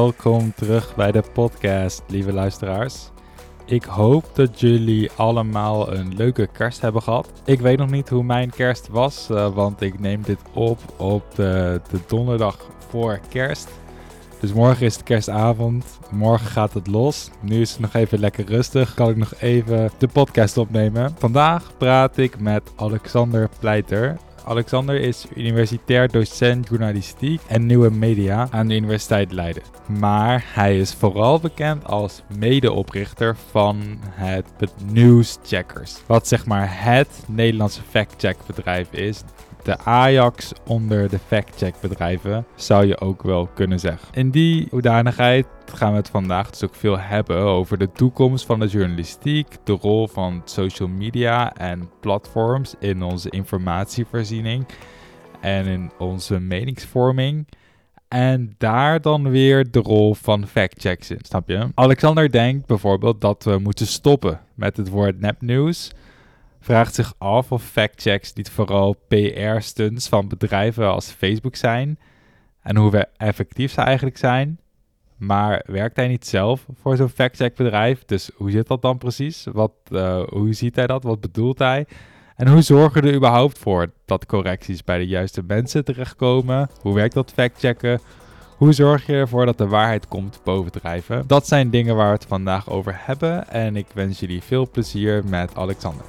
welkom terug bij de podcast, lieve luisteraars. Ik hoop dat jullie allemaal een leuke kerst hebben gehad. Ik weet nog niet hoe mijn kerst was, want ik neem dit op de donderdag voor kerst. Dus morgen is het kerstavond, morgen gaat het los. Nu is het nog even lekker rustig, kan ik nog even de podcast opnemen. Vandaag praat ik met Alexander Pleiter. Alexander is universitair docent journalistiek en nieuwe media aan de Universiteit Leiden. Maar hij is vooral bekend als medeoprichter van het Newscheckers. Wat zeg maar het Nederlandse factcheckbedrijf is. De Ajax onder de factcheckbedrijven, zou je ook wel kunnen zeggen. In die hoedanigheid gaan we het vandaag dus ook veel hebben over de toekomst van de journalistiek, de rol van social media en platforms in onze informatievoorziening en in onze meningsvorming. En daar dan weer de rol van factchecks in, snap je? Alexander denkt bijvoorbeeld dat we moeten stoppen met het woord nepnieuws. Vraagt zich af of factchecks niet vooral PR-stunts van bedrijven als Facebook zijn en hoe effectief ze eigenlijk zijn. Maar werkt hij niet zelf voor zo'n factcheckbedrijf? Dus hoe zit dat dan precies? Hoe ziet hij dat? Wat bedoelt hij? En hoe zorgen we er überhaupt voor dat correcties bij de juiste mensen terechtkomen? Hoe werkt dat factchecken? Hoe zorg je ervoor dat de waarheid komt bovendrijven? Dat zijn dingen waar we het vandaag over hebben. En ik wens jullie veel plezier met Alexander.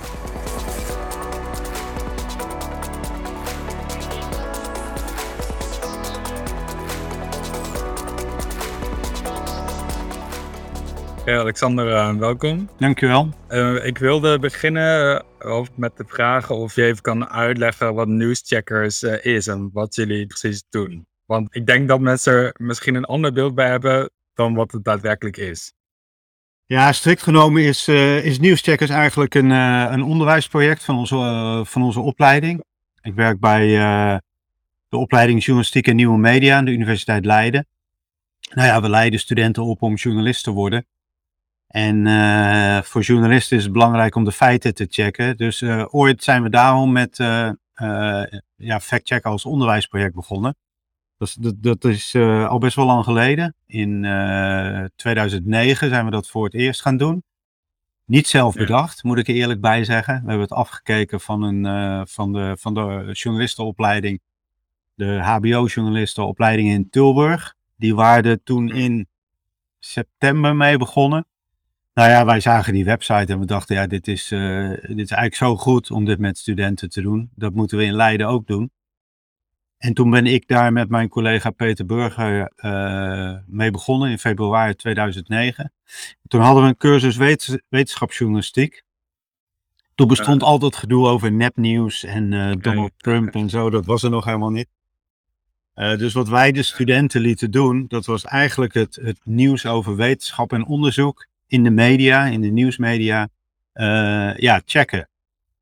Alexander, welkom. Dankjewel. Ik wilde beginnen met de vraag of je even kan uitleggen wat Newscheckers is en wat jullie precies doen. Want ik denk dat mensen er misschien een ander beeld bij hebben dan wat het daadwerkelijk is. Ja, strikt genomen is Newscheckers eigenlijk een onderwijsproject van onze opleiding. Ik werk bij de opleiding Journalistiek en Nieuwe Media aan de Universiteit Leiden. Nou ja, we leiden studenten op om journalist te worden. En voor journalisten is het belangrijk om de feiten te checken. Dus ooit zijn we daarom met factchecken als onderwijsproject begonnen. Dat is al best wel lang geleden. In 2009 zijn we dat voor het eerst gaan doen. Niet zelf bedacht, moet ik er eerlijk bij zeggen. We hebben het afgekeken van de journalistenopleiding. De HBO-journalistenopleiding in Tilburg. Die waren er toen in september mee begonnen. Nou ja, wij zagen die website en we dachten, ja, dit is eigenlijk zo goed om dit met studenten te doen. Dat moeten we in Leiden ook doen. En toen ben ik daar met mijn collega Peter Burger mee begonnen in februari 2009. Toen hadden we een cursus wetenschapsjournalistiek. Toen bestond altijd gedoe over nepnieuws en Donald Trump en zo. Dat was er nog helemaal niet. Dus wat wij de studenten lieten doen, dat was eigenlijk het nieuws over wetenschap en onderzoek in de media, in de nieuwsmedia, checken.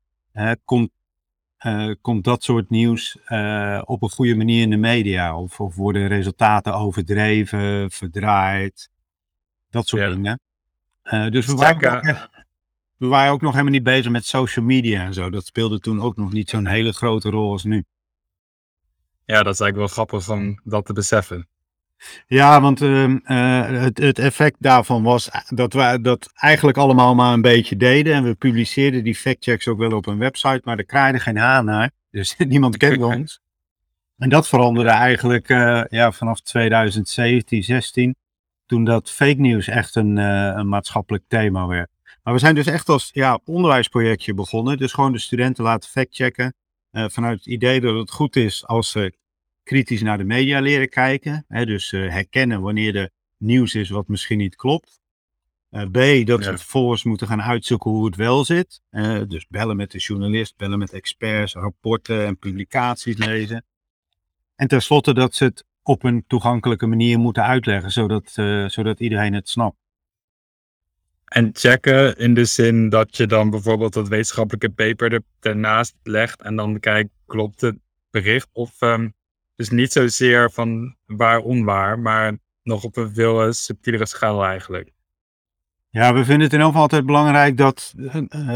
Komt dat soort nieuws op een goede manier in de media? Of worden resultaten overdreven, verdraaid? Dat soort dingen. Dus we waren ook nog helemaal niet bezig met social media en zo. Dat speelde toen ook nog niet zo'n hele grote rol als nu. Ja, dat is eigenlijk wel grappig om dat te beseffen. Ja, want het effect daarvan was dat we dat eigenlijk allemaal maar een beetje deden. En we publiceerden die factchecks ook wel op een website, maar er kraaide geen haan naar. Dus niemand kende ons. En dat veranderde eigenlijk vanaf 2017, 16, toen dat fake news echt een maatschappelijk thema werd. Maar we zijn dus echt als onderwijsprojectje begonnen. Dus gewoon de studenten laten factchecken. Vanuit het idee dat het goed is als ze kritisch naar de media leren kijken. Dus herkennen wanneer er nieuws is wat misschien niet klopt. B, dat we vervolgens moeten gaan uitzoeken hoe het wel zit. Dus bellen met de journalist, bellen met experts, rapporten en publicaties lezen. En tenslotte dat ze het op een toegankelijke manier moeten uitleggen, zodat iedereen het snapt. En checken in de zin dat je dan bijvoorbeeld dat wetenschappelijke paper ernaast legt en dan kijkt, klopt het bericht? Of dus niet zozeer van waar onwaar, maar nog op een veel subtielere schaal eigenlijk. Ja, we vinden het in ieder geval altijd belangrijk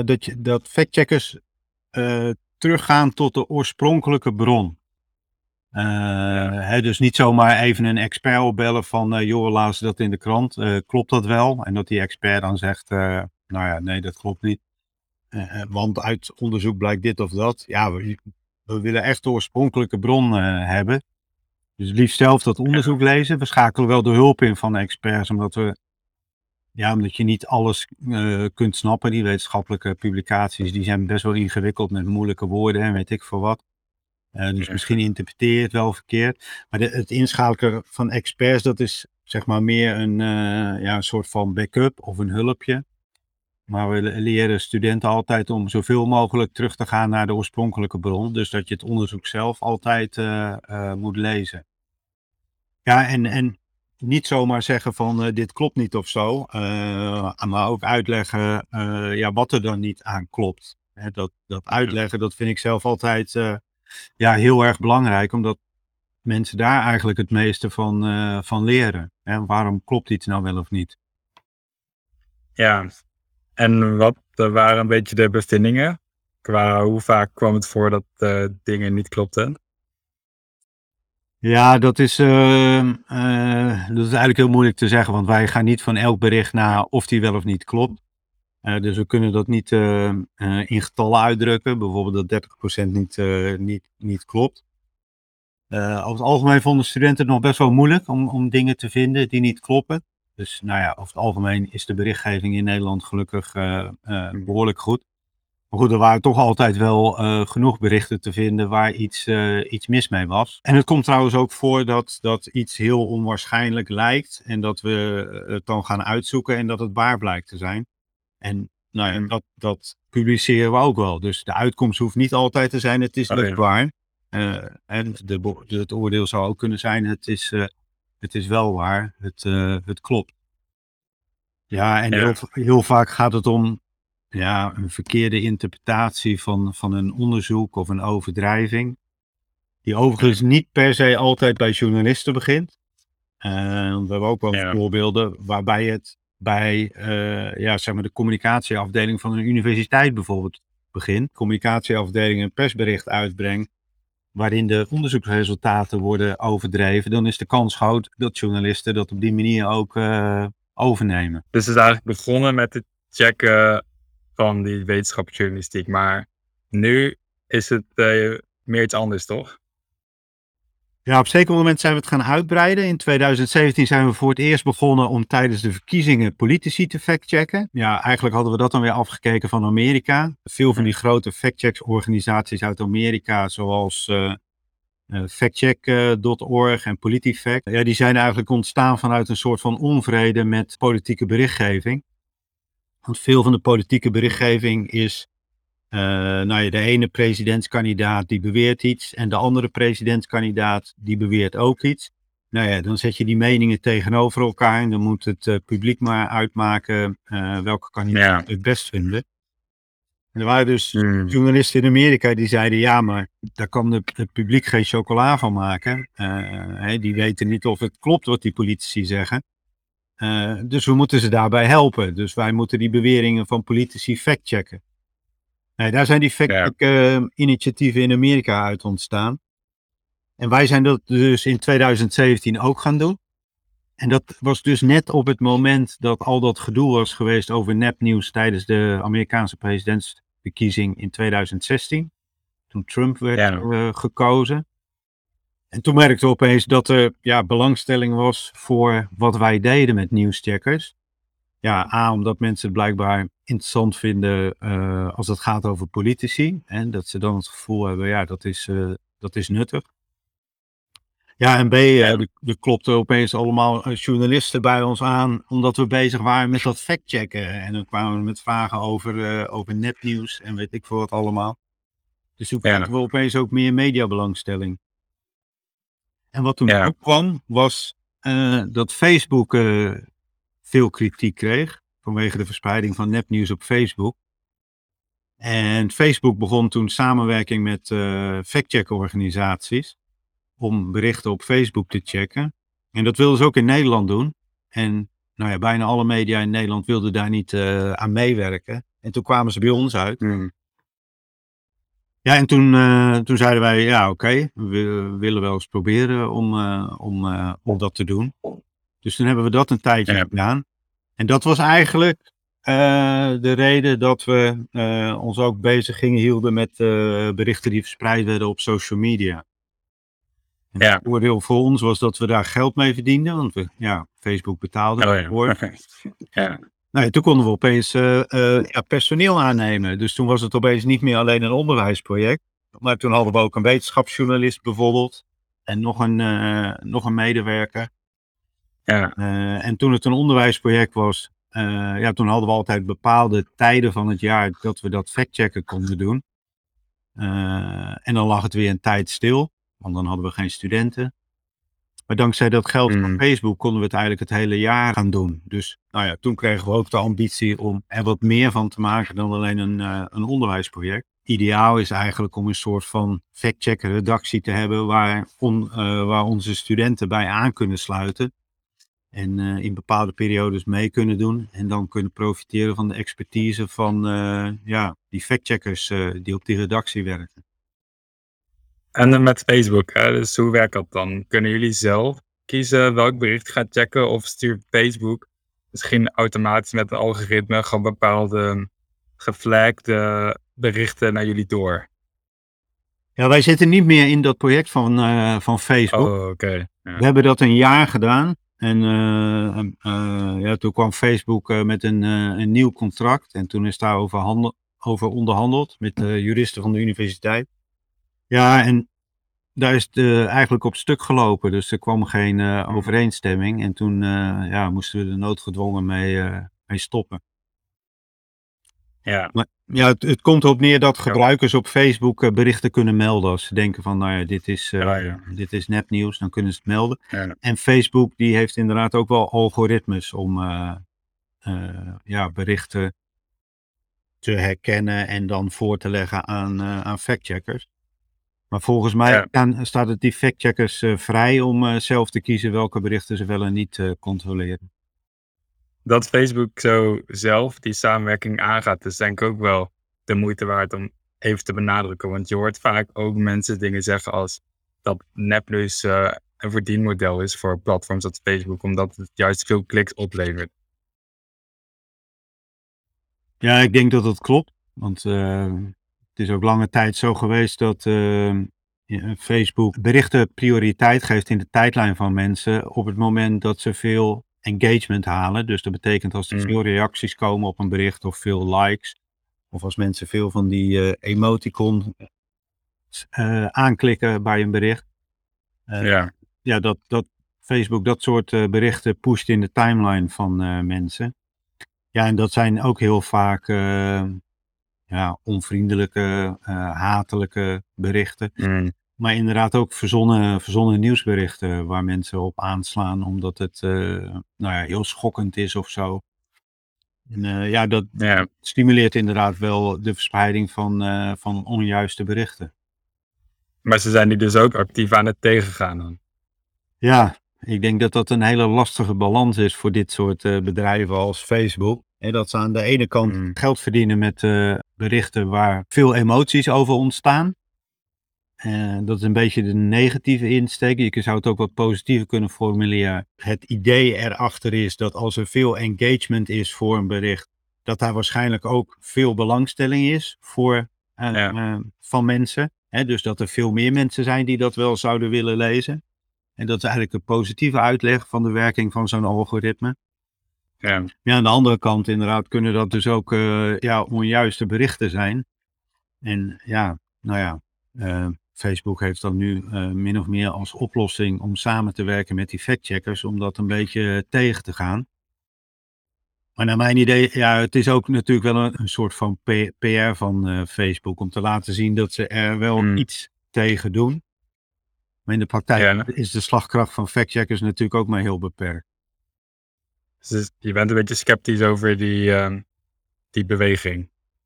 dat factcheckers teruggaan tot de oorspronkelijke bron. Dus niet zomaar even een expert opbellen van, joh, laat ze dat in de krant. Klopt dat wel? En dat die expert dan zegt, nou ja, nee, dat klopt niet. Want uit onderzoek blijkt dit of dat. Ja, we willen echt de oorspronkelijke bron hebben. Dus liefst zelf dat onderzoek lezen. We schakelen wel de hulp in van experts, omdat je niet alles kunt snappen. Die wetenschappelijke publicaties, die zijn best wel ingewikkeld met moeilijke woorden en weet ik veel wat. Dus misschien interpreteer je het wel verkeerd. Maar het inschakelen van experts, dat is zeg maar meer een soort van backup of een hulpje. Maar we leren studenten altijd om zoveel mogelijk terug te gaan naar de oorspronkelijke bron. Dus dat je het onderzoek zelf altijd moet lezen. Ja, en niet zomaar zeggen van dit klopt niet of zo. Maar ook uitleggen wat er dan niet aan klopt. Dat uitleggen, dat vind ik zelf altijd heel erg belangrijk. Omdat mensen daar eigenlijk het meeste van leren. Waarom klopt iets nou wel of niet? Ja, en wat waren een beetje de bevindingen? Hoe vaak kwam het voor dat dingen niet klopten? Ja, dat is eigenlijk heel moeilijk te zeggen, want wij gaan niet van elk bericht na of die wel of niet klopt. Dus we kunnen dat niet in getallen uitdrukken, bijvoorbeeld dat 30% niet klopt. Over het algemeen vonden studenten het nog best wel moeilijk om dingen te vinden die niet kloppen. Dus nou ja, over het algemeen is de berichtgeving in Nederland gelukkig behoorlijk goed. Maar goed, er waren toch altijd wel genoeg berichten te vinden waar iets mis mee was. En het komt trouwens ook voor dat iets heel onwaarschijnlijk lijkt en dat we het dan gaan uitzoeken en dat het waar blijkt te zijn. En nou ja, dat publiceren we ook wel. Dus de uitkomst hoeft niet altijd te zijn, het is lukt waar. En het oordeel zou ook kunnen zijn, het is wel waar, het klopt. Ja, en heel vaak gaat het om een verkeerde interpretatie van een onderzoek of een overdrijving. Die overigens niet per se altijd bij journalisten begint. We hebben ook wel voorbeelden waarbij het bij de communicatieafdeling van een universiteit bijvoorbeeld begint. Communicatieafdeling een persbericht uitbrengt waarin de onderzoeksresultaten worden overdreven. Dan is de kans groot dat journalisten dat op die manier ook overnemen. Dus het is eigenlijk begonnen met het checken van die wetenschapsjournalistiek. Maar nu is het meer iets anders, toch? Ja, op zeker moment zijn we het gaan uitbreiden. In 2017 zijn we voor het eerst begonnen om tijdens de verkiezingen politici te factchecken. Ja, eigenlijk hadden we dat dan weer afgekeken van Amerika. Veel van die grote factcheck-organisaties uit Amerika, zoals factcheck.org en PolitiFact, die zijn eigenlijk ontstaan vanuit een soort van onvrede met politieke berichtgeving. Want veel van de politieke berichtgeving is de ene presidentskandidaat die beweert iets en de andere presidentskandidaat die beweert ook iets. Nou ja, dan zet je die meningen tegenover elkaar en dan moet het publiek maar uitmaken welke kandidaat het best vinden. En er waren dus journalisten in Amerika die zeiden, ja, maar daar kan het publiek geen chocola van maken. Die weten niet of het klopt wat die politici zeggen. Dus we moeten ze daarbij helpen. Dus wij moeten die beweringen van politici factchecken. Daar zijn die fact-check-initiatieven in Amerika uit ontstaan. En wij zijn dat dus in 2017 ook gaan doen. En dat was dus net op het moment dat al dat gedoe was geweest over nepnieuws tijdens de Amerikaanse presidentsverkiezing in 2016. Toen Trump werd gekozen. En toen merkten we opeens dat er belangstelling was voor wat wij deden met nieuwscheckers. Ja, omdat mensen het blijkbaar interessant vinden als het gaat over politici. En dat ze dan het gevoel hebben, dat is nuttig. Ja, en B, er klopten opeens allemaal journalisten bij ons aan, omdat we bezig waren met dat factchecken. En dan kwamen we met vragen over nepnieuws en weet ik veel wat allemaal. Dus toen kregen we opeens ook meer mediabelangstelling. En wat toen ook kwam, was dat Facebook veel kritiek kreeg vanwege de verspreiding van nepnieuws op Facebook. En Facebook begon toen samenwerking met factcheck-organisaties om berichten op Facebook te checken. En dat wilden ze ook in Nederland doen. En bijna alle media in Nederland wilden daar niet aan meewerken. En toen kwamen ze bij ons uit. Ja, en toen zeiden wij, ja oké, we willen wel eens proberen om dat te doen. Dus toen hebben we dat een tijdje Ja. gedaan. En dat was eigenlijk de reden dat we ons ook bezig hielden met berichten die verspreid werden op social media. En Ja. het voordeel voor ons was dat we daar geld mee verdienden, want Facebook betaalde Oh ervoor. ja. Nou ja, toen konden we opeens personeel aannemen. Dus toen was het opeens niet meer alleen een onderwijsproject. Maar toen hadden we ook een wetenschapsjournalist bijvoorbeeld. En nog een medewerker. Ja. En toen het een onderwijsproject was, toen hadden we altijd bepaalde tijden van het jaar dat we dat factchecken konden doen. En dan lag het weer een tijd stil, want dan hadden we geen studenten. Maar dankzij dat geld van Facebook konden we het eigenlijk het hele jaar gaan doen. Dus toen kregen we ook de ambitie om er wat meer van te maken dan alleen een onderwijsproject. Ideaal is eigenlijk om een soort van fact-check redactie te hebben waar onze studenten bij aan kunnen sluiten. En in bepaalde periodes mee kunnen doen. En dan kunnen profiteren van de expertise van die factcheckers die op die redactie werken. En dan met Facebook, dus hoe werkt dat dan? Kunnen jullie zelf kiezen welk bericht gaat checken of stuurt Facebook misschien automatisch met een algoritme gewoon bepaalde geflagde berichten naar jullie door? Ja, wij zitten niet meer in dat project van Facebook. Oh, oké. Ja. We hebben dat een jaar gedaan. En toen kwam Facebook met een nieuw contract. En toen is daarover over onderhandeld met de juristen van de universiteit. Ja, en daar is het eigenlijk op stuk gelopen. Dus er kwam geen overeenstemming. En toen moesten we er noodgedwongen mee stoppen. Ja. Maar ja, het komt erop neer dat gebruikers op Facebook berichten kunnen melden. Als ze denken van, dit is nepnieuws, dan kunnen ze het melden. Ja. En Facebook die heeft inderdaad ook wel algoritmes om berichten te herkennen en dan voor te leggen aan factcheckers. Maar volgens mij staat het die factcheckers vrij om zelf te kiezen welke berichten ze wel en niet controleren. Dat Facebook zo zelf die samenwerking aangaat, is denk ik ook wel de moeite waard om even te benadrukken. Want je hoort vaak ook mensen dingen zeggen als dat nepnieuws een verdienmodel is voor platforms als Facebook, omdat het juist veel kliks oplevert. Ja, ik denk dat dat klopt. Want het is ook lange tijd zo geweest dat Facebook berichten prioriteit geeft in de tijdlijn van mensen op het moment dat ze veel engagement halen. Dus dat betekent als er veel reacties komen op een bericht of veel likes. Of als mensen veel van die emoticon aanklikken bij een bericht. Dat Facebook dat soort berichten pusht in de timeline van mensen. Ja, en dat zijn ook heel vaak onvriendelijke, hatelijke berichten. Maar inderdaad ook verzonnen nieuwsberichten waar mensen op aanslaan omdat het heel schokkend is of zo. En dat stimuleert inderdaad wel de verspreiding van onjuiste berichten. Maar ze zijn die dus ook actief aan het tegengaan dan. Ja, ik denk dat dat een hele lastige balans is voor dit soort bedrijven als Facebook. En dat ze aan de ene kant geld verdienen met berichten waar veel emoties over ontstaan. Dat is een beetje de negatieve insteek. Je zou het ook wat positiever kunnen formuleren. Het idee erachter is dat als er veel engagement is voor een bericht, dat daar waarschijnlijk ook veel belangstelling is van mensen. Dus dat er veel meer mensen zijn die dat wel zouden willen lezen. En dat is eigenlijk de positieve uitleg van de werking van zo'n algoritme. Ja, aan de andere kant inderdaad kunnen dat dus ook onjuiste berichten zijn. En Facebook heeft dan nu min of meer als oplossing om samen te werken met die factcheckers om dat een beetje tegen te gaan. Maar naar mijn idee, het is ook natuurlijk wel een soort van PR van Facebook om te laten zien dat ze er wel iets tegen doen. Maar in de praktijk is de slagkracht van factcheckers natuurlijk ook maar heel beperkt. Dus je bent een beetje sceptisch over die beweging.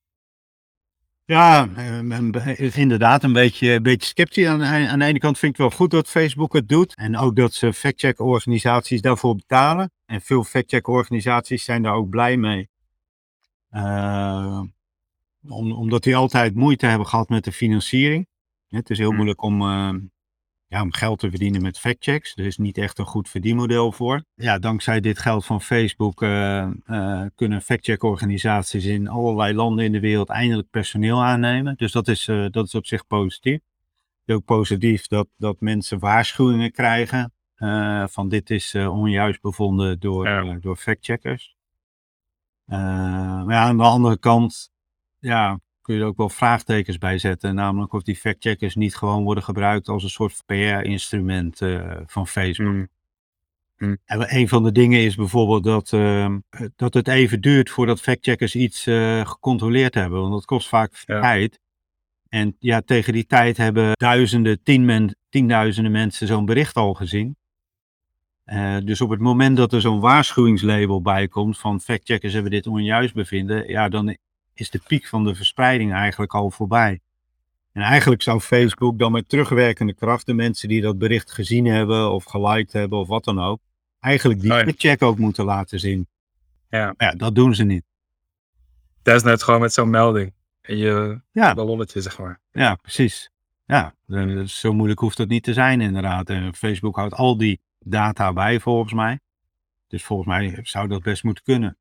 Ja, inderdaad een beetje sceptisch. Aan de ene kant vind ik het wel goed dat Facebook het doet. En ook dat ze factcheck-organisaties daarvoor betalen. En veel factcheck-organisaties zijn daar ook blij mee. omdat die altijd moeite hebben gehad met de financiering. Het is heel moeilijk om geld te verdienen met factchecks. Er is niet echt een goed verdienmodel voor. Ja, dankzij dit geld van Facebook kunnen factcheckorganisaties in allerlei landen in de wereld eindelijk personeel aannemen. Dus dat is op zich positief. Het is ook positief dat mensen waarschuwingen krijgen van dit is onjuist bevonden door factcheckers. Maar ja, aan de andere kant kun je er ook wel vraagtekens bij zetten. Namelijk of die factcheckers niet gewoon worden gebruikt als een soort PR-instrument van Facebook. En een van de dingen is bijvoorbeeld dat het even duurt voordat factcheckers iets gecontroleerd hebben. Want dat kost vaak tijd. En ja, tegen die tijd hebben tienduizenden mensen zo'n bericht al gezien. Dus op het moment dat er zo'n waarschuwingslabel bij komt van factcheckers hebben dit onjuist bevinden, ja, dan is de piek van de verspreiding eigenlijk al voorbij. En eigenlijk zou Facebook dan met terugwerkende kracht de mensen die dat bericht gezien hebben of geliked hebben of wat dan ook, eigenlijk die factcheck ook moeten laten zien. Ja. Ja, dat doen ze niet. Desnoods gewoon met zo'n melding in je ballonnetje, zeg maar. Ja, precies. Ja, zo moeilijk hoeft het niet te zijn inderdaad. En Facebook houdt al die data bij volgens mij. Dus volgens mij zou dat best moeten kunnen.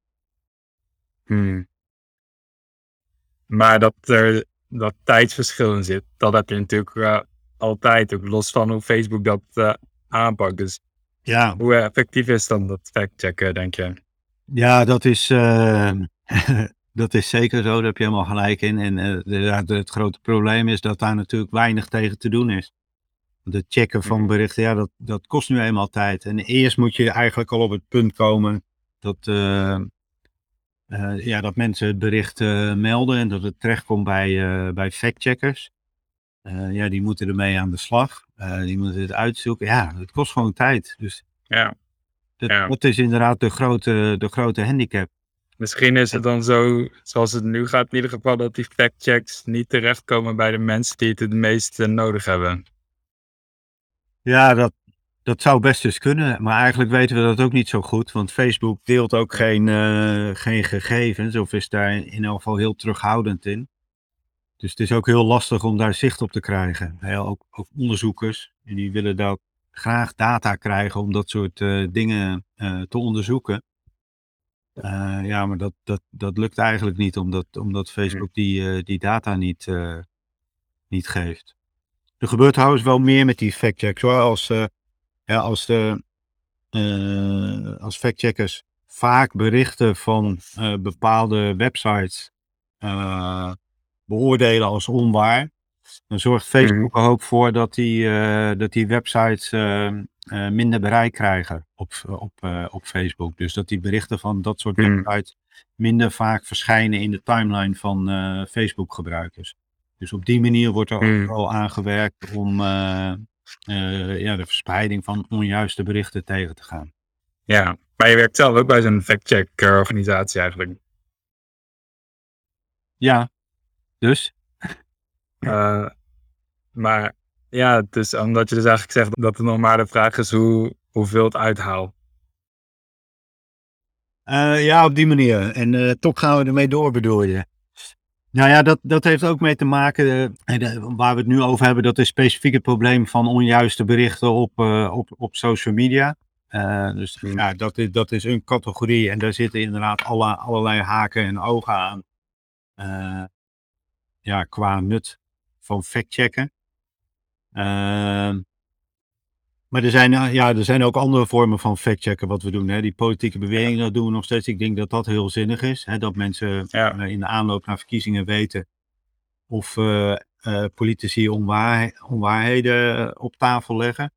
Maar dat er dat tijdsverschil in zit, dat heb je natuurlijk altijd, ook los van hoe Facebook dat aanpakt. Dus hoe effectief is dan dat factchecken, denk je? Ja, dat is zeker zo, daar heb je helemaal gelijk in. En het grote probleem is dat daar natuurlijk weinig tegen te doen is. Het checken van berichten, dat kost nu eenmaal tijd. En eerst moet je eigenlijk al op het punt komen dat mensen het bericht melden en dat het terechtkomt bij factcheckers. Die moeten ermee aan de slag. Die moeten het uitzoeken. Ja, het kost gewoon tijd. Dus dat is inderdaad de grote handicap. Misschien is het dan zo, zoals het nu gaat in ieder geval, dat die factchecks niet terechtkomen bij de mensen die het meest nodig hebben. Ja, dat zou best eens kunnen, maar eigenlijk weten we dat ook niet zo goed, want Facebook deelt ook geen gegevens of is daar in elk geval heel terughoudend in. Dus het is ook heel lastig om daar zicht op te krijgen. Ook onderzoekers, en die willen daar graag data krijgen om dat soort dingen te onderzoeken. Maar dat lukt eigenlijk niet, omdat Facebook die data niet geeft. Er gebeurt trouwens wel meer met die factchecks hoor. Als factcheckers vaak berichten van bepaalde websites beoordelen als onwaar, dan zorgt Facebook er ook voor dat die websites minder bereik krijgen op Facebook. Dus dat die berichten van dat soort websites minder vaak verschijnen in de timeline van Facebook gebruikers. Dus op die manier wordt er ook al aangewerkt om de verspreiding van onjuiste berichten tegen te gaan. Ja, maar je werkt zelf ook bij zo'n factcheck-organisatie eigenlijk. Ja, dus? Maar ja, dus omdat je dus eigenlijk zegt dat het nog maar de vraag is hoeveel het uithaalt. Op die manier. En toch gaan we ermee door, bedoel je? Nou ja, dat heeft ook mee te maken, waar we het nu over hebben, dat is specifiek het probleem van onjuiste berichten op social media. Dat is een categorie en daar zitten inderdaad allerlei haken en ogen aan. Qua nut van factchecken. Maar er zijn ook andere vormen van factchecken wat we doen. Hè. Die politieke beweringen, dat doen we nog steeds. Ik denk dat dat heel zinnig is. Hè, dat mensen in de aanloop naar verkiezingen weten of politici onwaarheden op tafel leggen.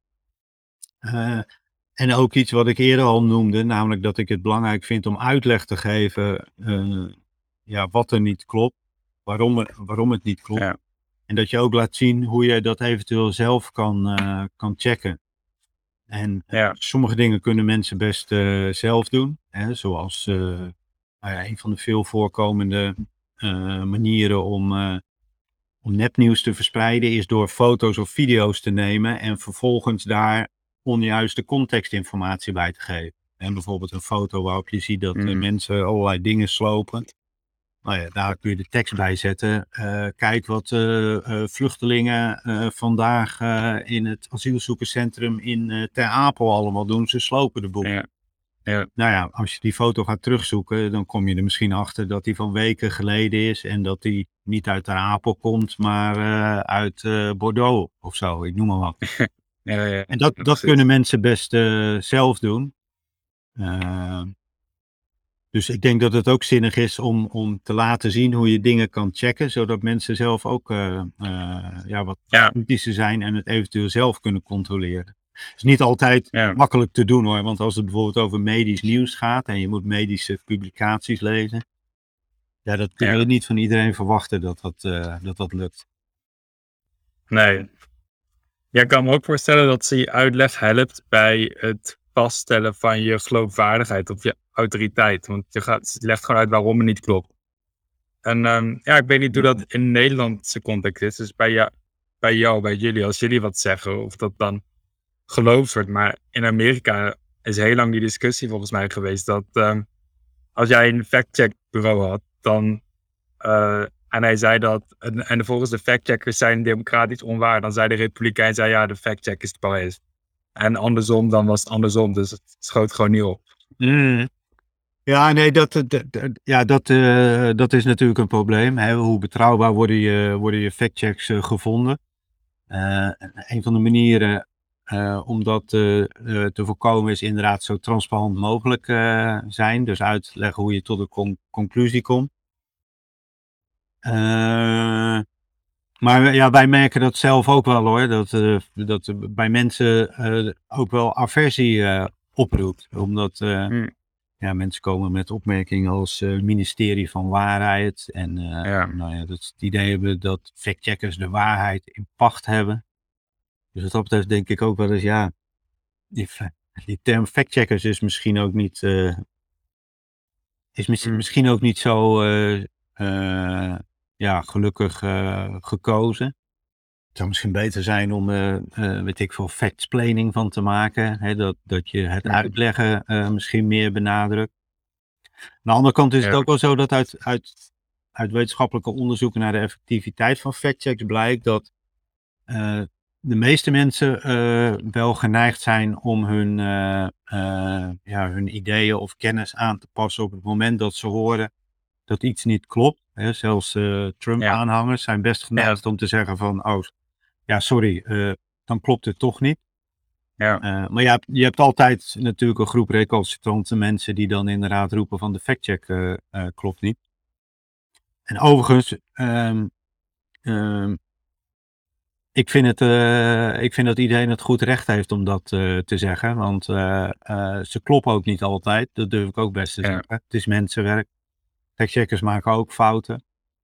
En ook iets wat ik eerder al noemde, namelijk dat ik het belangrijk vind om uitleg te geven wat er niet klopt, waarom het niet klopt. Ja. En dat je ook laat zien hoe je dat eventueel zelf kan checken. En sommige dingen kunnen mensen best zelf doen. Hè, zoals een van de veel voorkomende manieren om nepnieuws te verspreiden is door foto's of video's te nemen en vervolgens daar onjuiste contextinformatie bij te geven. En bijvoorbeeld een foto waarop je ziet dat mensen allerlei dingen slopen. Nou ja, daar kun je de tekst bij zetten. Kijk wat vluchtelingen vandaag in het asielzoekerscentrum in Ter Apel allemaal doen. Ze slopen de boel. Ja. Ja. Nou ja, als je die foto gaat terugzoeken, dan kom je er misschien achter dat die van weken geleden is. En dat die niet uit Ter Apel komt, maar uit Bordeaux of zo. Ik noem maar wat. Ja, En dat precies. kunnen mensen best zelf doen. Dus ik denk dat het ook zinnig is om te laten zien hoe je dingen kan checken, zodat mensen zelf ook wat kritischer zijn en het eventueel zelf kunnen controleren. Het is niet altijd makkelijk te doen hoor, want als het bijvoorbeeld over medisch nieuws gaat en je moet medische publicaties lezen, ja, dat kunnen we niet van iedereen verwachten dat lukt. Nee. Ja, ik kan me ook voorstellen dat je uitleg helpt bij het vaststellen van je geloofwaardigheid of je autoriteit. Want je legt gewoon uit waarom het niet klopt. En ik weet niet hoe dat in Nederlandse context is. Dus bij jullie, als jullie wat zeggen, of dat dan geloofd wordt. Maar in Amerika is heel lang die discussie volgens mij geweest dat als jij een fact-check bureau had, dan en hij zei dat, en volgens de factcheckers zijn democratisch onwaar. Dan zei de Republikein, ja, de factcheck is biased. En andersom, dan was het andersom. Dus het schoot gewoon niet op. Ja, nee, dat is natuurlijk een probleem. Hè? Hoe betrouwbaar worden je factchecks gevonden? Een van de manieren om dat te voorkomen is inderdaad zo transparant mogelijk zijn. Dus uitleggen hoe je tot een conclusie komt. Maar ja, wij merken dat zelf ook wel hoor. Dat bij mensen ook wel aversie oproept. Omdat mensen komen met opmerkingen als ministerie van waarheid. En dat ze het idee hebben dat factcheckers de waarheid in pacht hebben. Dus wat dat betreft denk ik ook wel eens, die term factcheckers is misschien ook niet, misschien ook niet zo gelukkig gekozen. Het zou misschien beter zijn om, factsplaining van te maken. Hè, dat je het uitleggen misschien meer benadrukt. Aan de andere kant is het ook wel zo dat uit wetenschappelijke onderzoeken naar de effectiviteit van factchecks blijkt dat de meeste mensen wel geneigd zijn om hun ideeën of kennis aan te passen op het moment dat ze horen dat iets niet klopt. Hè. Zelfs Trump-aanhangers zijn best geneigd om te zeggen van, sorry, dan klopt het toch niet. Ja. Maar je hebt altijd natuurlijk een groep recalcitrante mensen die dan inderdaad roepen van de factcheck klopt niet. En overigens, ik vind dat iedereen het goed recht heeft om dat te zeggen, want ze kloppen ook niet altijd, dat durf ik ook best te zeggen. Het is mensenwerk. Factcheckers maken ook fouten.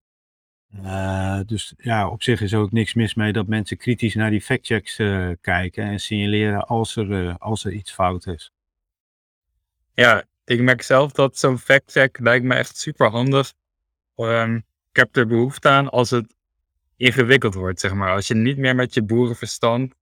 Dus ja, op zich is er ook niks mis mee dat mensen kritisch naar die factchecks kijken en signaleren als er iets fout is. Ja, ik merk zelf dat zo'n factcheck lijkt me echt super handig. Ik heb er behoefte aan als het ingewikkeld wordt, zeg maar. Als je niet meer met je boerenverstand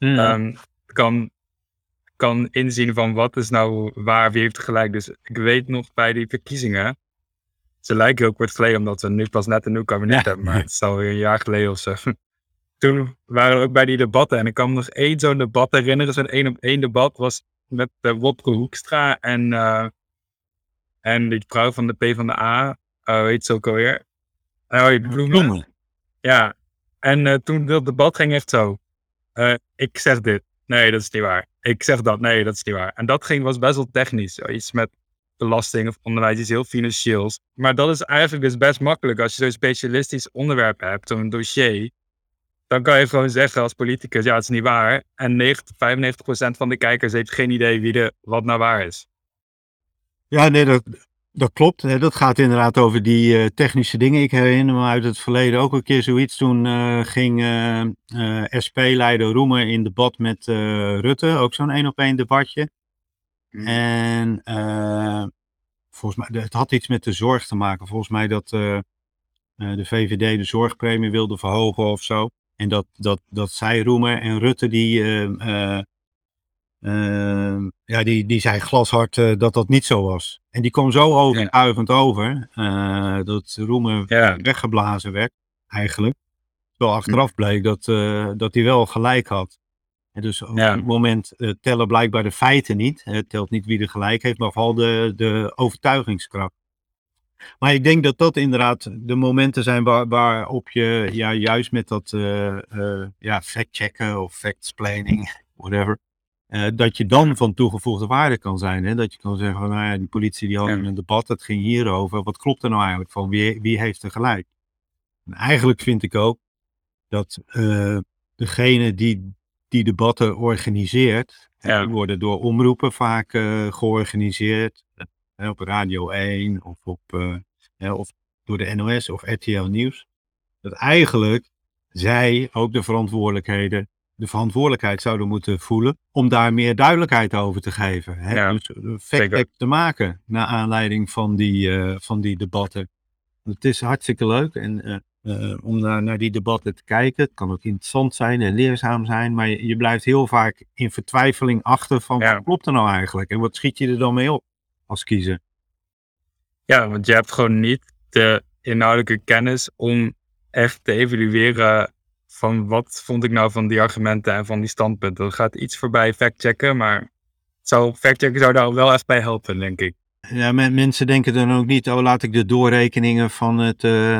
kan inzien van wat is nou waar, wie heeft gelijk. Dus ik weet nog bij die verkiezingen, ze lijken ook kort geleden, omdat we nu pas net een nieuw kabinet hebben, maar het is alweer een jaar geleden of zo. Toen waren we ook bij die debatten en ik kan me nog één zo'n debat herinneren. Zo'n 1-op-1 debat was met Wopke Hoekstra en die vrouw van de PvdA, weet ze ook alweer? Bloemen. Ja, en toen dat debat ging echt zo. Ik zeg dit. Nee, dat is niet waar. Ik zeg dat. Nee, dat is niet waar. En dat was best wel technisch. Iets met belasting of onderwijs, iets heel financieels. Maar dat is eigenlijk dus best makkelijk. Als je zo'n specialistisch onderwerp hebt, zo'n dossier, dan kan je gewoon zeggen als politicus, ja, het is niet waar. En 95% van de kijkers heeft geen idee wat nou waar is. Ja, nee, dat klopt. Dat gaat inderdaad over die technische dingen. Ik herinner me uit het verleden ook een keer zoiets. Toen ging SP-leider Roemer in debat met Rutte. Ook zo'n 1-op-1 debatje. En volgens mij, het had iets met de zorg te maken. Volgens mij dat de VVD de zorgpremie wilde verhogen of zo. En dat zei Roemer en Rutte die zei glashard dat dat niet zo was. En die kwam zo overtuigend over dat Roemer weggeblazen werd, eigenlijk. Terwijl achteraf bleek dat hij wel gelijk had. En dus op het moment tellen blijkbaar de feiten niet. Het telt niet wie er gelijk heeft, maar vooral de overtuigingskracht. Maar ik denk dat dat inderdaad de momenten zijn waarop je juist met dat fact-checken of fact-explaining, whatever, dat je dan van toegevoegde waarde kan zijn. Hè? Dat je kan zeggen van, nou ja, die politie die had een debat, het ging hierover. Wat klopt er nou eigenlijk van? Wie heeft er gelijk? En eigenlijk vind ik ook dat degene die debatten organiseert, die worden door omroepen vaak georganiseerd. Op Radio 1 of of door de NOS of RTL Nieuws. Dat eigenlijk zij ook de verantwoordelijkheid zouden moeten voelen om daar meer duidelijkheid over te geven. Dus fact-check te maken naar aanleiding van die debatten. Het is hartstikke leuk en om naar die debatten te kijken. Het kan ook interessant zijn en leerzaam zijn, maar je blijft heel vaak in vertwijfeling achter van wat klopt er nou eigenlijk en wat schiet je er dan mee op als kiezer? Ja, want je hebt gewoon niet de inhoudelijke kennis om echt te evalueren van wat vond ik nou van die argumenten en van die standpunten. Er gaat iets voorbij factchecken, maar factchecken zou daar wel echt bij helpen, denk ik. Ja, mensen denken dan ook niet, laat ik de doorrekeningen van het...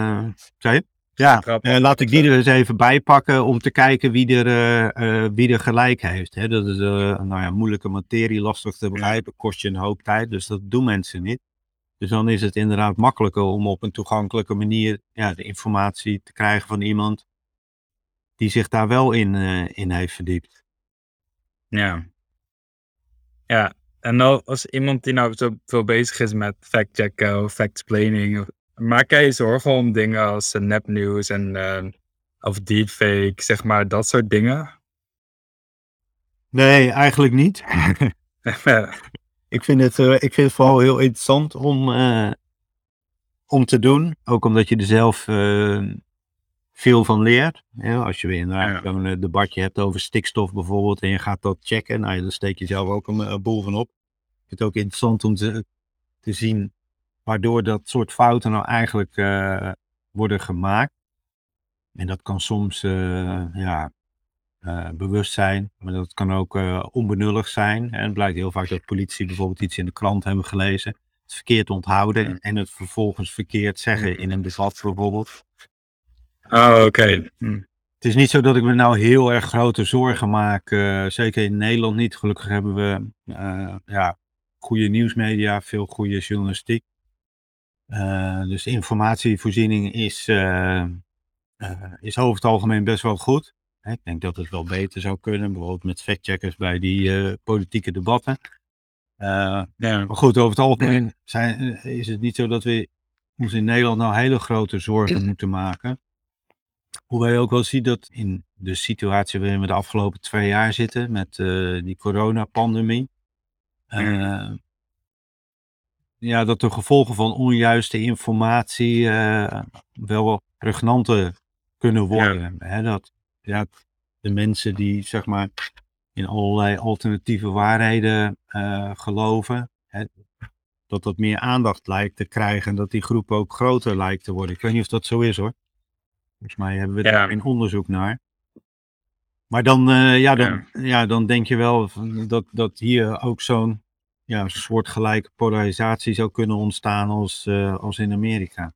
laat ik die er eens even bij pakken om te kijken wie er gelijk heeft. Hè? Dat is moeilijke materie, lastig te begrijpen, kost je een hoop tijd, dus dat doen mensen niet. Dus dan is het inderdaad makkelijker om op een toegankelijke manier de informatie te krijgen van iemand die zich daar wel in heeft verdiept. Ja. Ja, en nou als iemand die nou zo veel bezig is met fact-checken of fact-explaining, maak jij je zorgen om dingen als nepnieuws en of deepfake, zeg maar, dat soort dingen? Nee, eigenlijk niet. Ik vind het vooral heel interessant om te doen. Ook omdat je er zelf veel van leert. Ja, als je weer een debatje hebt over stikstof bijvoorbeeld en je gaat dat checken, dan steek je zelf ook een boel van op. Ik vind het ook interessant om te zien waardoor dat soort fouten nou eigenlijk worden gemaakt. En dat kan soms bewust zijn, maar dat kan ook onbenullig zijn. En het blijkt heel vaak dat politie bijvoorbeeld iets in de krant hebben gelezen, het verkeerd onthouden en het vervolgens verkeerd zeggen in een debat bijvoorbeeld. Oh, oké. Het is niet zo dat ik me nou heel erg grote zorgen maak, zeker in Nederland niet. Gelukkig hebben we goede nieuwsmedia, veel goede journalistiek. Dus de informatievoorziening is over het algemeen best wel goed. Ik denk dat het wel beter zou kunnen, bijvoorbeeld met factcheckers bij die politieke debatten. Maar goed, over het algemeen is het niet zo dat we ons in Nederland nou hele grote zorgen moeten maken. Hoewel je ook wel ziet dat in de situatie waarin we de afgelopen 2 jaar zitten met die coronapandemie, dat de gevolgen van onjuiste informatie wel pregnanter kunnen worden. Hè, dat de mensen die zeg maar in allerlei alternatieve waarheden geloven, dat meer aandacht lijkt te krijgen en dat die groep ook groter lijkt te worden. Ik weet niet of dat zo is hoor. Volgens mij hebben we daar een onderzoek naar. Maar dan denk je wel dat hier ook zo'n soortgelijke polarisatie zou kunnen ontstaan als in Amerika.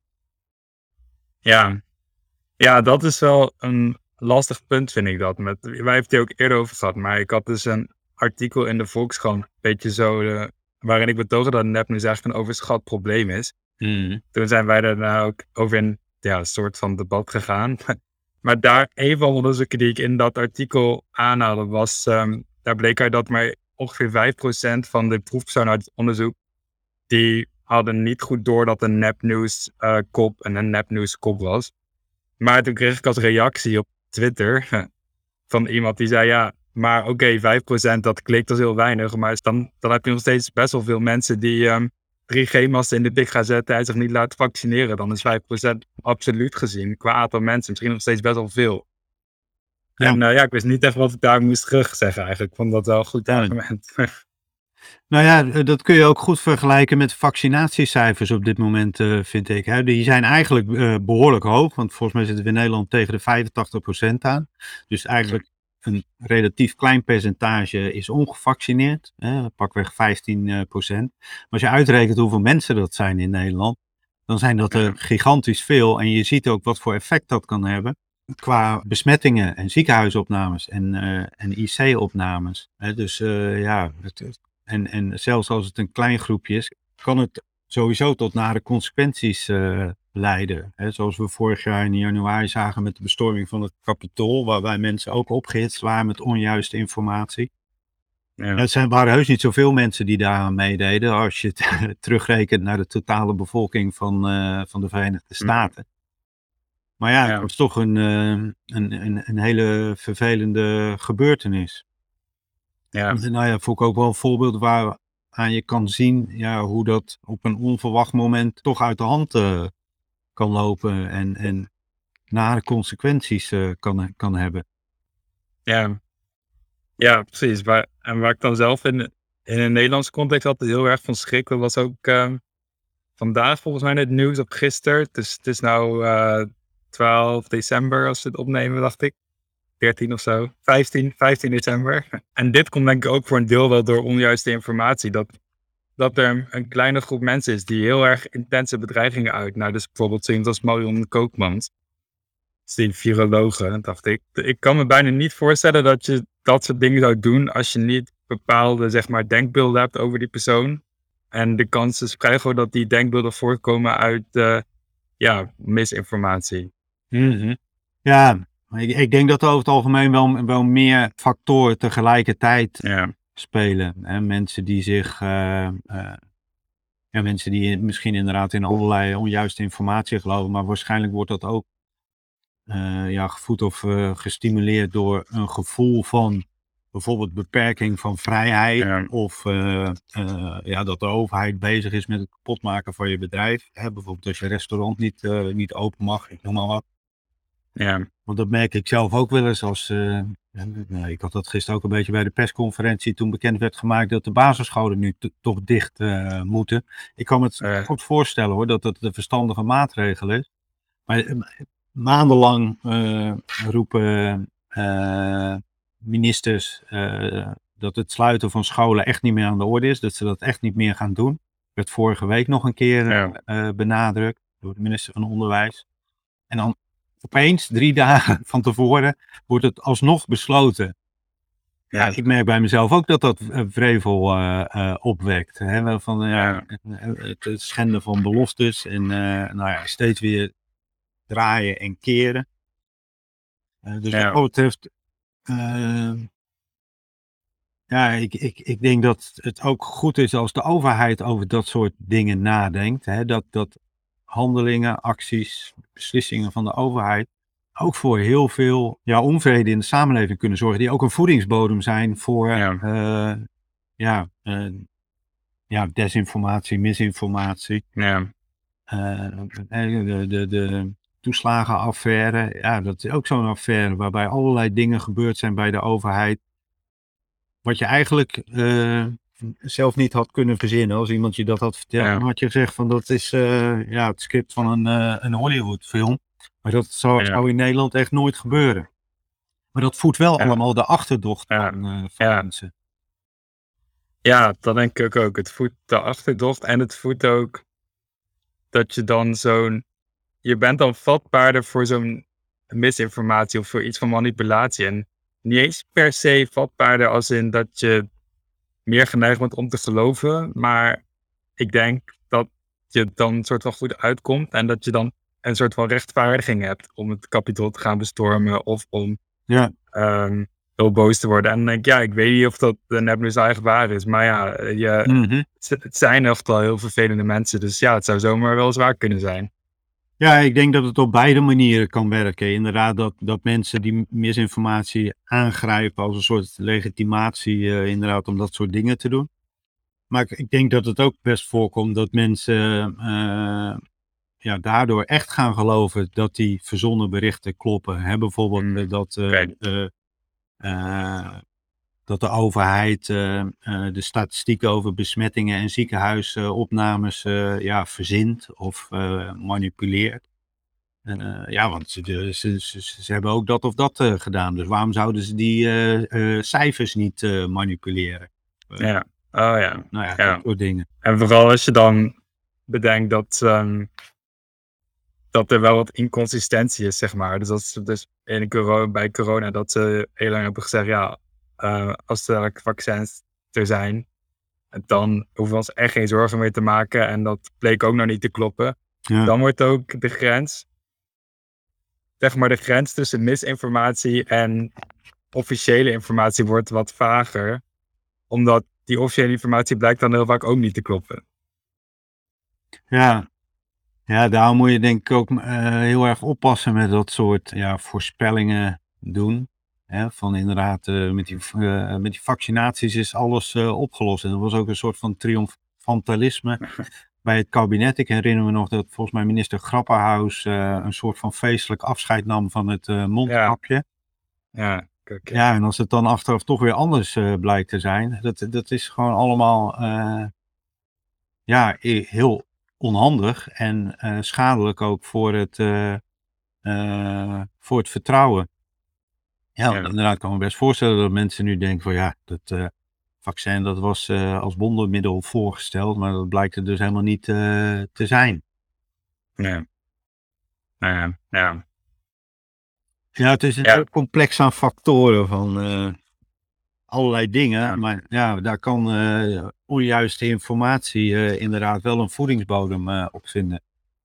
Ja, dat is wel een lastig punt, vind ik dat. Wij hebben het hier ook eerder over gehad, maar ik had dus een artikel in de Volkskrant, een beetje zo, waarin ik betoogde dat nepnieuws eigenlijk een overschat probleem is. Toen zijn wij daarna ook over een soort van debat gegaan. Maar een van de onderzoeken die ik in dat artikel aanhaalde was, daar bleek uit dat maar ongeveer 5% van de proefpersonen uit het onderzoek, die hadden niet goed door dat een nepnieuws kop een nepnieuwskop was. Maar toen kreeg ik als reactie op Twitter van iemand die zei, maar oké, 5% dat klinkt als heel weinig, maar dan heb je nog steeds best wel veel mensen die 3G-masten in de bik gaan zetten en zich niet laten vaccineren. Dan is 5% absoluut gezien qua aantal mensen misschien nog steeds best wel veel. Ja. En ik wist niet echt wat ik daar moest terugzeggen eigenlijk. Ik vond dat wel een goed Ja. argument. Nou ja, dat kun je ook goed vergelijken met vaccinatiecijfers op dit moment, vind ik. Hè. Die zijn eigenlijk behoorlijk hoog, want volgens mij zitten we in Nederland tegen de 85% aan. Dus eigenlijk een relatief klein percentage is ongevaccineerd, pakweg 15%. Maar als je uitrekent hoeveel mensen dat zijn in Nederland, dan zijn dat er gigantisch veel. En je ziet ook wat voor effect dat kan hebben qua besmettingen en ziekenhuisopnames en IC-opnames. Dus en zelfs als het een klein groepje is, kan het sowieso tot nare consequenties leiden. Zoals we vorig jaar in januari zagen met de bestorming van het Capitool, waarbij mensen ook opgehitst waren met onjuiste informatie. Ja. Het waren heus niet zoveel mensen die daaraan meededen, als je het terugrekent naar de totale bevolking van de Verenigde Staten. Maar ja, het was toch een hele vervelende gebeurtenis. Ja. Nou ja, vond ik ook wel een voorbeeld waaraan je kan zien hoe dat op een onverwacht moment toch uit de hand kan lopen en nare consequenties kan hebben. Ja, precies. Waar ik dan zelf in een Nederlandse context altijd heel erg van schrik, dat was ook vandaag volgens mij het nieuws op gisteren. Het is nou 12 december als we het opnemen, dacht ik. 14 of zo. 15 december. En dit komt denk ik ook voor een deel wel door onjuiste informatie. Dat er een kleine groep mensen is die heel erg intense bedreigingen uit. Nou, dus bijvoorbeeld iemand als Marion Koopmans. Die virologe, dacht ik. Ik kan me bijna niet voorstellen dat je dat soort dingen zou doen als je niet bepaalde, zeg maar, denkbeelden hebt over die persoon. En de kans is vrij groot dat die denkbeelden voortkomen uit misinformatie. Mm-hmm. Ja, ik denk dat over het algemeen wel meer factoren tegelijkertijd spelen. Hè? Mensen die misschien inderdaad in allerlei onjuiste informatie geloven, maar waarschijnlijk wordt dat ook gevoed of gestimuleerd door een gevoel van bijvoorbeeld beperking van vrijheid of dat de overheid bezig is met het kapotmaken van je bedrijf. Bijvoorbeeld als je restaurant niet open mag, ik noem maar wat. Ja. Want dat merk ik zelf ook wel eens als... ik had dat gisteren ook een beetje bij de persconferentie toen bekend werd gemaakt dat de basisscholen nu toch dicht moeten. Ik kan me het goed voorstellen hoor, dat het de verstandige maatregel is. Maar maandenlang roepen ministers dat het sluiten van scholen echt niet meer aan de orde is. Dat ze dat echt niet meer gaan doen. Werd vorige week nog een keer benadrukt door de minister van Onderwijs. En dan opeens 3 dagen van tevoren wordt het alsnog besloten. Ja, ik merk bij mezelf ook dat wrevel opwekt. Hè? Van het schenden van beloftes en steeds weer draaien en keren. Dus wat dat betreft, ik denk dat het ook goed is als de overheid over dat soort dingen nadenkt. Hè? Dat handelingen, acties, beslissingen van de overheid ook voor heel veel onvrede in de samenleving kunnen zorgen. Die ook een voedingsbodem zijn voor desinformatie, misinformatie. De toeslagenaffaire, dat is ook zo'n affaire waarbij allerlei dingen gebeurd zijn bij de overheid. Wat je eigenlijk zelf niet had kunnen verzinnen als iemand je dat had verteld. Dan had je gezegd van dat is het script van een Hollywoodfilm. Maar dat zou in Nederland echt nooit gebeuren. Maar dat voedt wel allemaal de achterdocht van mensen. Ja, dat denk ik ook. Het voedt de achterdocht en het voedt ook dat je dan je bent dan vatbaarder voor zo'n misinformatie of voor iets van manipulatie. En niet eens per se vatbaarder als in dat je meer geneigd bent om te geloven. Maar ik denk dat je dan een soort van goed uitkomt en dat je dan een soort van rechtvaardiging hebt om het Capitool te gaan bestormen of om heel boos te worden. En dan denk ik, ik weet niet of dat nepnieuws eigenlijk waar is, maar het zijn echt wel heel vervelende mensen. Dus het zou zomaar wel eens waar kunnen zijn. Ja, ik denk dat het op beide manieren kan werken. Inderdaad, dat mensen die misinformatie aangrijpen als een soort legitimatie inderdaad om dat soort dingen te doen. Maar ik denk dat het ook best voorkomt dat mensen daardoor echt gaan geloven dat die verzonnen berichten kloppen. Hè, bijvoorbeeld dat de overheid de statistieken over besmettingen en ziekenhuisopnames verzint of manipuleert. Want ze hebben ook dat of dat gedaan. Dus waarom zouden ze die cijfers niet manipuleren? Ja. Oh ja. Dat soort dingen. En vooral als je dan bedenkt dat er wel wat inconsistentie is, zeg maar. Dus als bij corona dat ze heel lang hebben gezegd, als er vaccins er zijn, dan hoeven we ons echt geen zorgen meer te maken. En dat bleek ook nog niet te kloppen. Ja. Dan wordt ook de grens tussen misinformatie en officiële informatie wordt wat vager. Omdat die officiële informatie blijkt dan heel vaak ook niet te kloppen. Ja, daarom moet je denk ik ook heel erg oppassen met dat soort voorspellingen doen. Hè, van inderdaad, met die vaccinaties is alles opgelost. En dat was ook een soort van triomfantalisme bij het kabinet. Ik herinner me nog dat volgens mij minister Grapperhaus een soort van feestelijk afscheid nam van het mondkapje. Ja. Ja, en als het dan achteraf toch weer anders blijkt te zijn, dat is gewoon allemaal heel onhandig en schadelijk ook voor het vertrouwen. Ja, want inderdaad kan ik me best voorstellen dat mensen nu denken van dat vaccin dat was als wondermiddel voorgesteld, maar dat blijkt er dus helemaal niet te zijn. Ja. Ja, het is een heel complex aan factoren van allerlei dingen, Ja. maar daar kan onjuiste informatie inderdaad wel een voedingsbodem op vinden.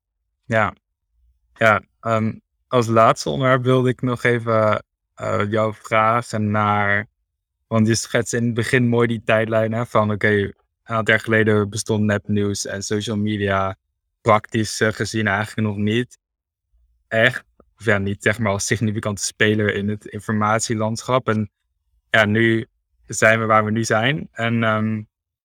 Als laatste onderwerp wilde ik nog even jou vragen naar, want je schetst in het begin mooi die tijdlijn, hè, van een aantal jaar geleden bestond nepnieuws en social media praktisch gezien eigenlijk nog niet echt, of niet zeg maar als significante speler in het informatielandschap. En nu zijn we waar we nu zijn. En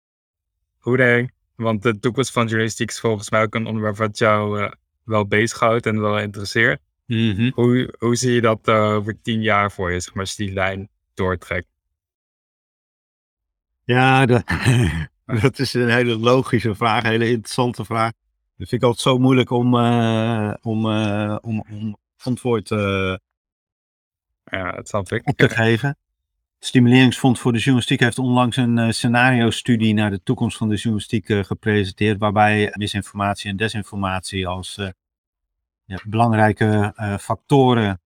want de toekomst van journalistiek is volgens mij ook een onderwerp wat jou wel bezighoudt en wel interesseert. Mm-hmm. Hoe zie je dat over 10 jaar voor je, zeg maar, als je die lijn doortrekt? Ja, dat is een hele logische vraag, een hele interessante vraag. Dat vind ik altijd zo moeilijk om antwoord dat snap ik. op te geven. Het Stimuleringsfonds voor de Journalistiek heeft onlangs een scenario-studie naar de toekomst van de journalistiek gepresenteerd, waarbij misinformatie en desinformatie als belangrijke factoren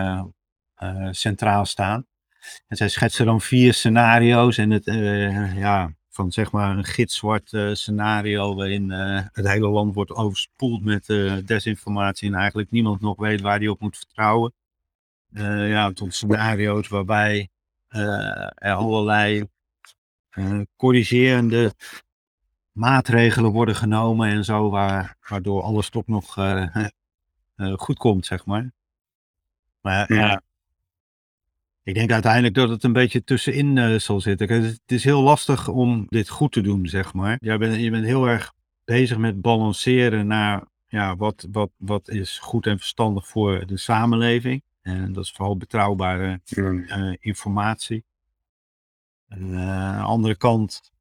centraal staan. En zij schetsen dan 4 scenario's en het van zeg maar een gitzwart scenario waarin het hele land wordt overspoeld met desinformatie en eigenlijk niemand nog weet waar die op moet vertrouwen. Tot scenario's waarbij er allerlei corrigerende maatregelen worden genomen en zo, waardoor alles toch nog goed komt, zeg maar. Maar ik denk uiteindelijk dat het een beetje tussenin zal zitten. Het is heel lastig om dit goed te doen, zeg maar. Je bent heel erg bezig met balanceren naar wat is goed en verstandig voor de samenleving. En dat is vooral betrouwbare informatie. En, aan de andere kant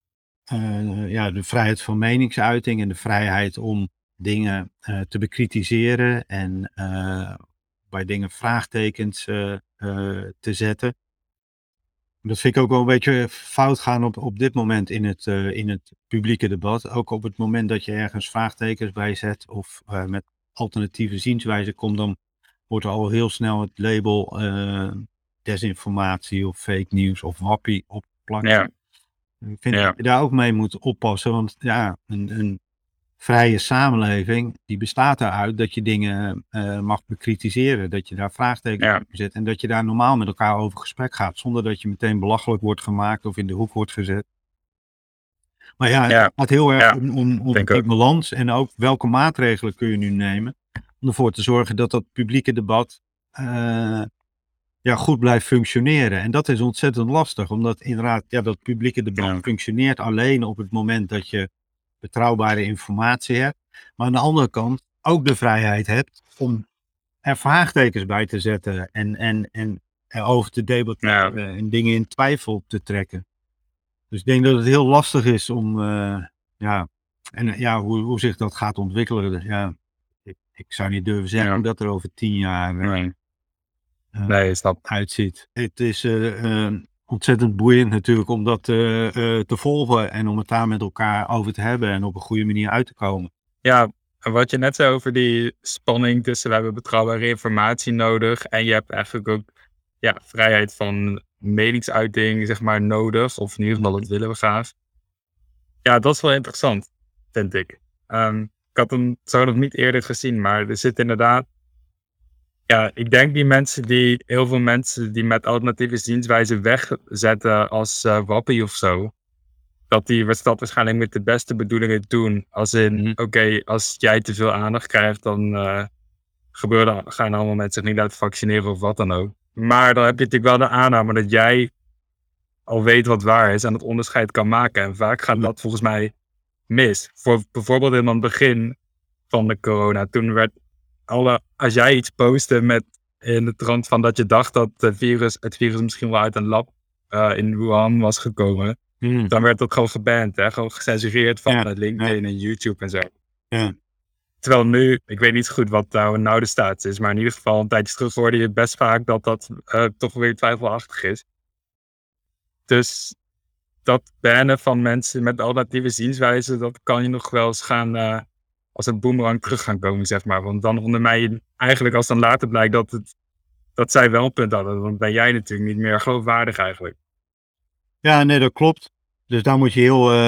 de vrijheid van meningsuiting en de vrijheid om dingen te bekritiseren en bij dingen vraagtekens te zetten. Dat vind ik ook wel een beetje fout gaan op dit moment in het publieke debat. Ook op het moment dat je ergens vraagtekens bij zet of met alternatieve zienswijzen komt, dan wordt er al heel snel het label desinformatie of fake news of wappie opgeplakt. Ja. Ik vind dat je daar ook mee moet oppassen, want een vrije samenleving, die bestaat eruit dat je dingen mag bekritiseren, dat je daar vraagtekens op zet en dat je daar normaal met elkaar over gesprek gaat, zonder dat je meteen belachelijk wordt gemaakt of in de hoek wordt gezet. Maar het gaat heel erg om die balans en ook welke maatregelen kun je nu nemen om ervoor te zorgen dat dat publieke debat goed blijft functioneren. En dat is ontzettend lastig, omdat inderdaad dat publieke debat functioneert alleen op het moment dat je betrouwbare informatie hebt. Maar aan de andere kant ook de vrijheid hebt om er vraagtekens bij te zetten en erover te debatteren en dingen in twijfel te trekken. Dus ik denk dat het heel lastig is om, hoe zich dat gaat ontwikkelen. Dus ja, ik zou niet durven zeggen hoe dat er over 10 jaar Nee, snap. uitziet. Het is ontzettend boeiend natuurlijk om dat te volgen en om het daar met elkaar over te hebben en op een goede manier uit te komen. Ja, wat je net zei over die spanning tussen we hebben betrouwbare informatie nodig en je hebt eigenlijk ook vrijheid van meningsuiting, zeg maar, nodig. Of in ieder geval, dat willen we graag. Ja, dat is wel interessant, vind ik. Ik had hem zo nog niet eerder gezien, maar er zit inderdaad... Ja, ik denk heel veel mensen die met alternatieve zienswijzen wegzetten als wappie of zo, dat die dat waarschijnlijk met de beste bedoelingen doen. Als in, oké, als jij te veel aandacht krijgt, dan gaan allemaal mensen zich niet laten vaccineren of wat dan ook. Maar dan heb je natuurlijk wel de aanname dat jij al weet wat waar is en het onderscheid kan maken. En vaak gaat dat volgens mij mis. Bijvoorbeeld in het begin van de corona, toen werd als jij iets postte met in de trant van dat je dacht dat het virus misschien wel uit een lab in Wuhan was gekomen, dan werd dat gewoon geband, hè? Gewoon gecensureerd van LinkedIn en YouTube en zo. Ja. Terwijl nu, ik weet niet zo goed wat nou de status is, maar in ieder geval een tijdje terug hoorde je best vaak dat toch weer twijfelachtig is. Dus dat bannen van mensen met alternatieve zienswijzen, dat kan je nog wel eens gaan als een boemerang terug gaan komen, zeg maar. Want dan ondermijn je eigenlijk, als dan later blijkt dat zij wel een punt hadden, dan ben jij natuurlijk niet meer geloofwaardig eigenlijk. Ja, nee, dat klopt. Dus daar moet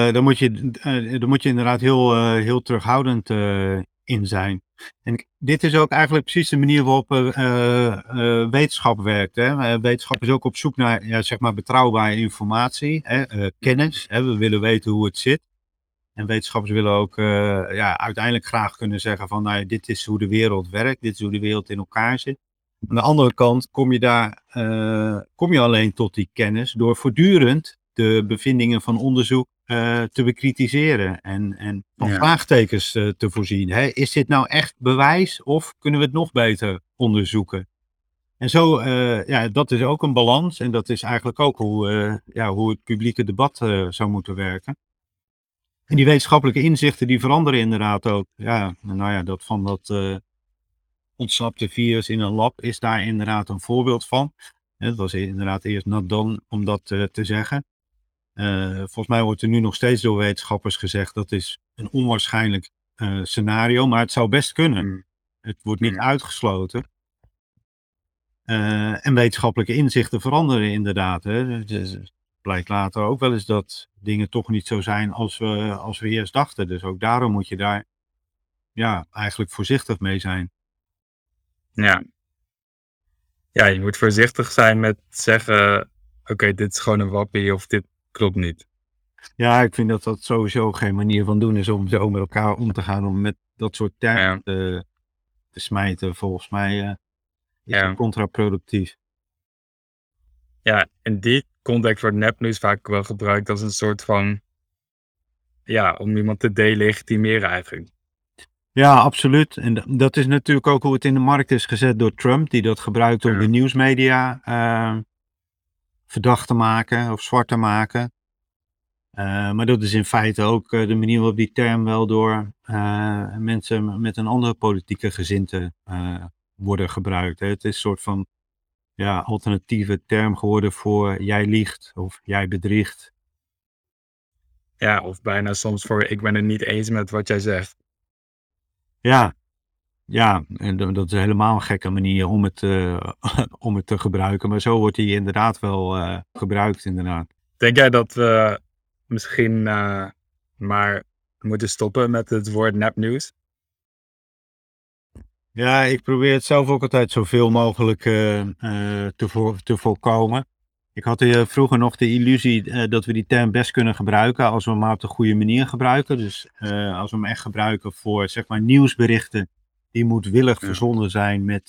je inderdaad heel terughoudend in zijn. En dit is ook eigenlijk precies de manier waarop wetenschap werkt. Hè. Wetenschap is ook op zoek naar zeg maar betrouwbare informatie, kennis. We willen weten hoe het zit. En wetenschappers willen ook uiteindelijk graag kunnen zeggen van, nou, dit is hoe de wereld werkt, dit is hoe de wereld in elkaar zit. Aan de andere kant kom je alleen tot die kennis door voortdurend de bevindingen van onderzoek te bekritiseren en van vraagtekens te voorzien. Hè? Is dit nou echt bewijs of kunnen we het nog beter onderzoeken? En zo, dat is ook een balans en dat is eigenlijk ook hoe het publieke debat zou moeten werken. En die wetenschappelijke inzichten die veranderen inderdaad ook. Ja, dat van dat ontsnapte virus in een lab is daar inderdaad een voorbeeld van. Het was inderdaad eerst not done om dat te zeggen. Volgens mij wordt er nu nog steeds door wetenschappers gezegd dat is een onwaarschijnlijk scenario, maar het zou best kunnen. Het wordt niet uitgesloten. En wetenschappelijke inzichten veranderen inderdaad. Hè. Dus blijkt later ook wel eens dat dingen toch niet zo zijn als we eerst dachten. Dus ook daarom moet je daar eigenlijk voorzichtig mee zijn. Ja. Ja, je moet voorzichtig zijn met zeggen, oké, dit is gewoon een wappie of dit klopt niet. Ja, ik vind dat sowieso geen manier van doen is om zo met elkaar om te gaan, om met dat soort termen te smijten. Volgens mij is dat contraproductief. Ja, in die context wordt nepnieuws vaak wel gebruikt als een soort van, om iemand te delegitimeren eigenlijk. Ja, absoluut. En dat is natuurlijk ook hoe het in de markt is gezet door Trump, die dat gebruikt om de nieuwsmedia verdacht te maken of zwart te maken. Maar dat is in feite ook de manier waarop die term wel door mensen met een andere politieke gezinte worden gebruikt. Hè. Het is een soort van alternatieve term geworden voor jij liegt of jij bedriegt. Ja, of bijna soms voor ik ben het niet eens met wat jij zegt. Ja, en dat is helemaal een gekke manier om het te gebruiken. Maar zo wordt die inderdaad wel gebruikt, inderdaad. Denk jij dat we misschien maar moeten stoppen met het woord nepnieuws? Ja, ik probeer het zelf ook altijd zoveel mogelijk te voorkomen. Ik had vroeger nog de illusie dat we die term best kunnen gebruiken als we hem maar op de goede manier gebruiken. Dus als we hem echt gebruiken voor zeg maar nieuwsberichten die moedwillig verzonnen zijn met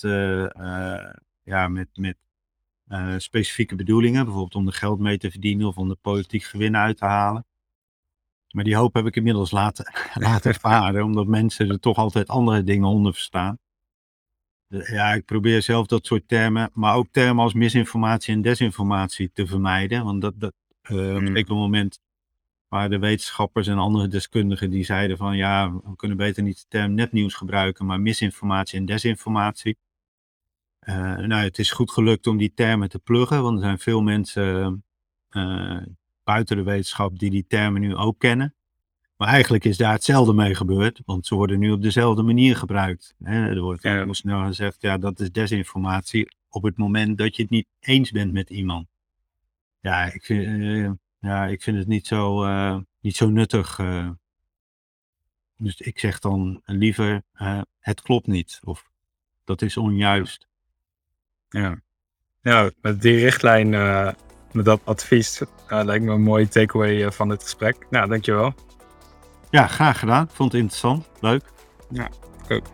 specifieke bedoelingen. Bijvoorbeeld om er geld mee te verdienen of om er politiek gewin uit te halen. Maar die hoop heb ik inmiddels laten varen, omdat mensen er toch altijd andere dingen onder verstaan. Ja, ik probeer zelf dat soort termen, maar ook termen als misinformatie en desinformatie te vermijden. Want op een zeker moment waren de wetenschappers en andere deskundigen die zeiden van ja, we kunnen beter niet de term nepnieuws gebruiken, maar misinformatie en desinformatie. Het is goed gelukt om die termen te pluggen, want er zijn veel mensen buiten de wetenschap die termen nu ook kennen. Maar eigenlijk is daar hetzelfde mee gebeurd, want ze worden nu op dezelfde manier gebruikt. Er wordt heel snel gezegd, ja, dat is desinformatie op het moment dat je het niet eens bent met iemand. Ja, ik vind het niet zo nuttig. Dus ik zeg dan liever, het klopt niet, of dat is onjuist. Ja, met die richtlijn, met dat advies, lijkt me een mooie takeaway van dit gesprek. Nou, dankjewel. Ja, graag gedaan. Vond het interessant. Leuk. Ja, ik ook.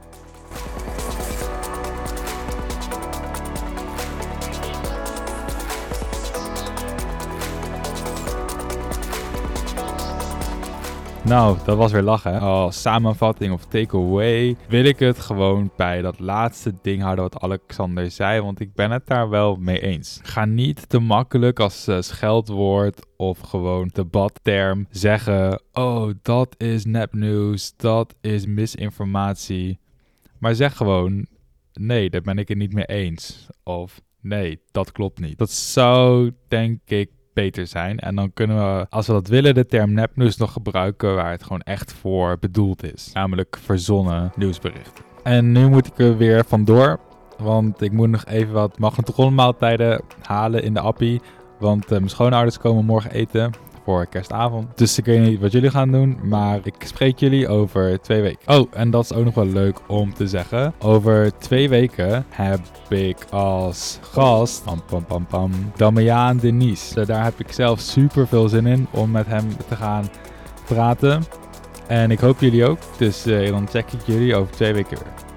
Nou, dat was weer lachen. Als samenvatting of takeaway wil ik het gewoon bij dat laatste ding houden wat Alexander zei, want ik ben het daar wel mee eens. Ga niet te makkelijk als scheldwoord of gewoon debatterm zeggen, oh, dat is nepnieuws, dat is misinformatie. Maar zeg gewoon, nee, daar ben ik het niet mee eens. Of nee, dat klopt niet. Dat zou, denk ik, beter zijn. En dan kunnen we, als we dat willen, de term nepnieuws nog gebruiken waar het gewoon echt voor bedoeld is. Namelijk verzonnen nieuwsberichten. En nu moet ik er weer vandoor, want ik moet nog even wat magnetronmaaltijden halen in de appie. Want mijn schoonouders komen morgen eten voor kerstavond. Dus ik weet niet wat jullie gaan doen, maar ik spreek jullie over 2 weken. Oh, en dat is ook nog wel leuk om te zeggen. Over 2 weken heb ik als gast Damian Denies. Daar heb ik zelf super veel zin in om met hem te gaan praten. En ik hoop jullie ook. Dus dan check ik jullie over 2 weken weer.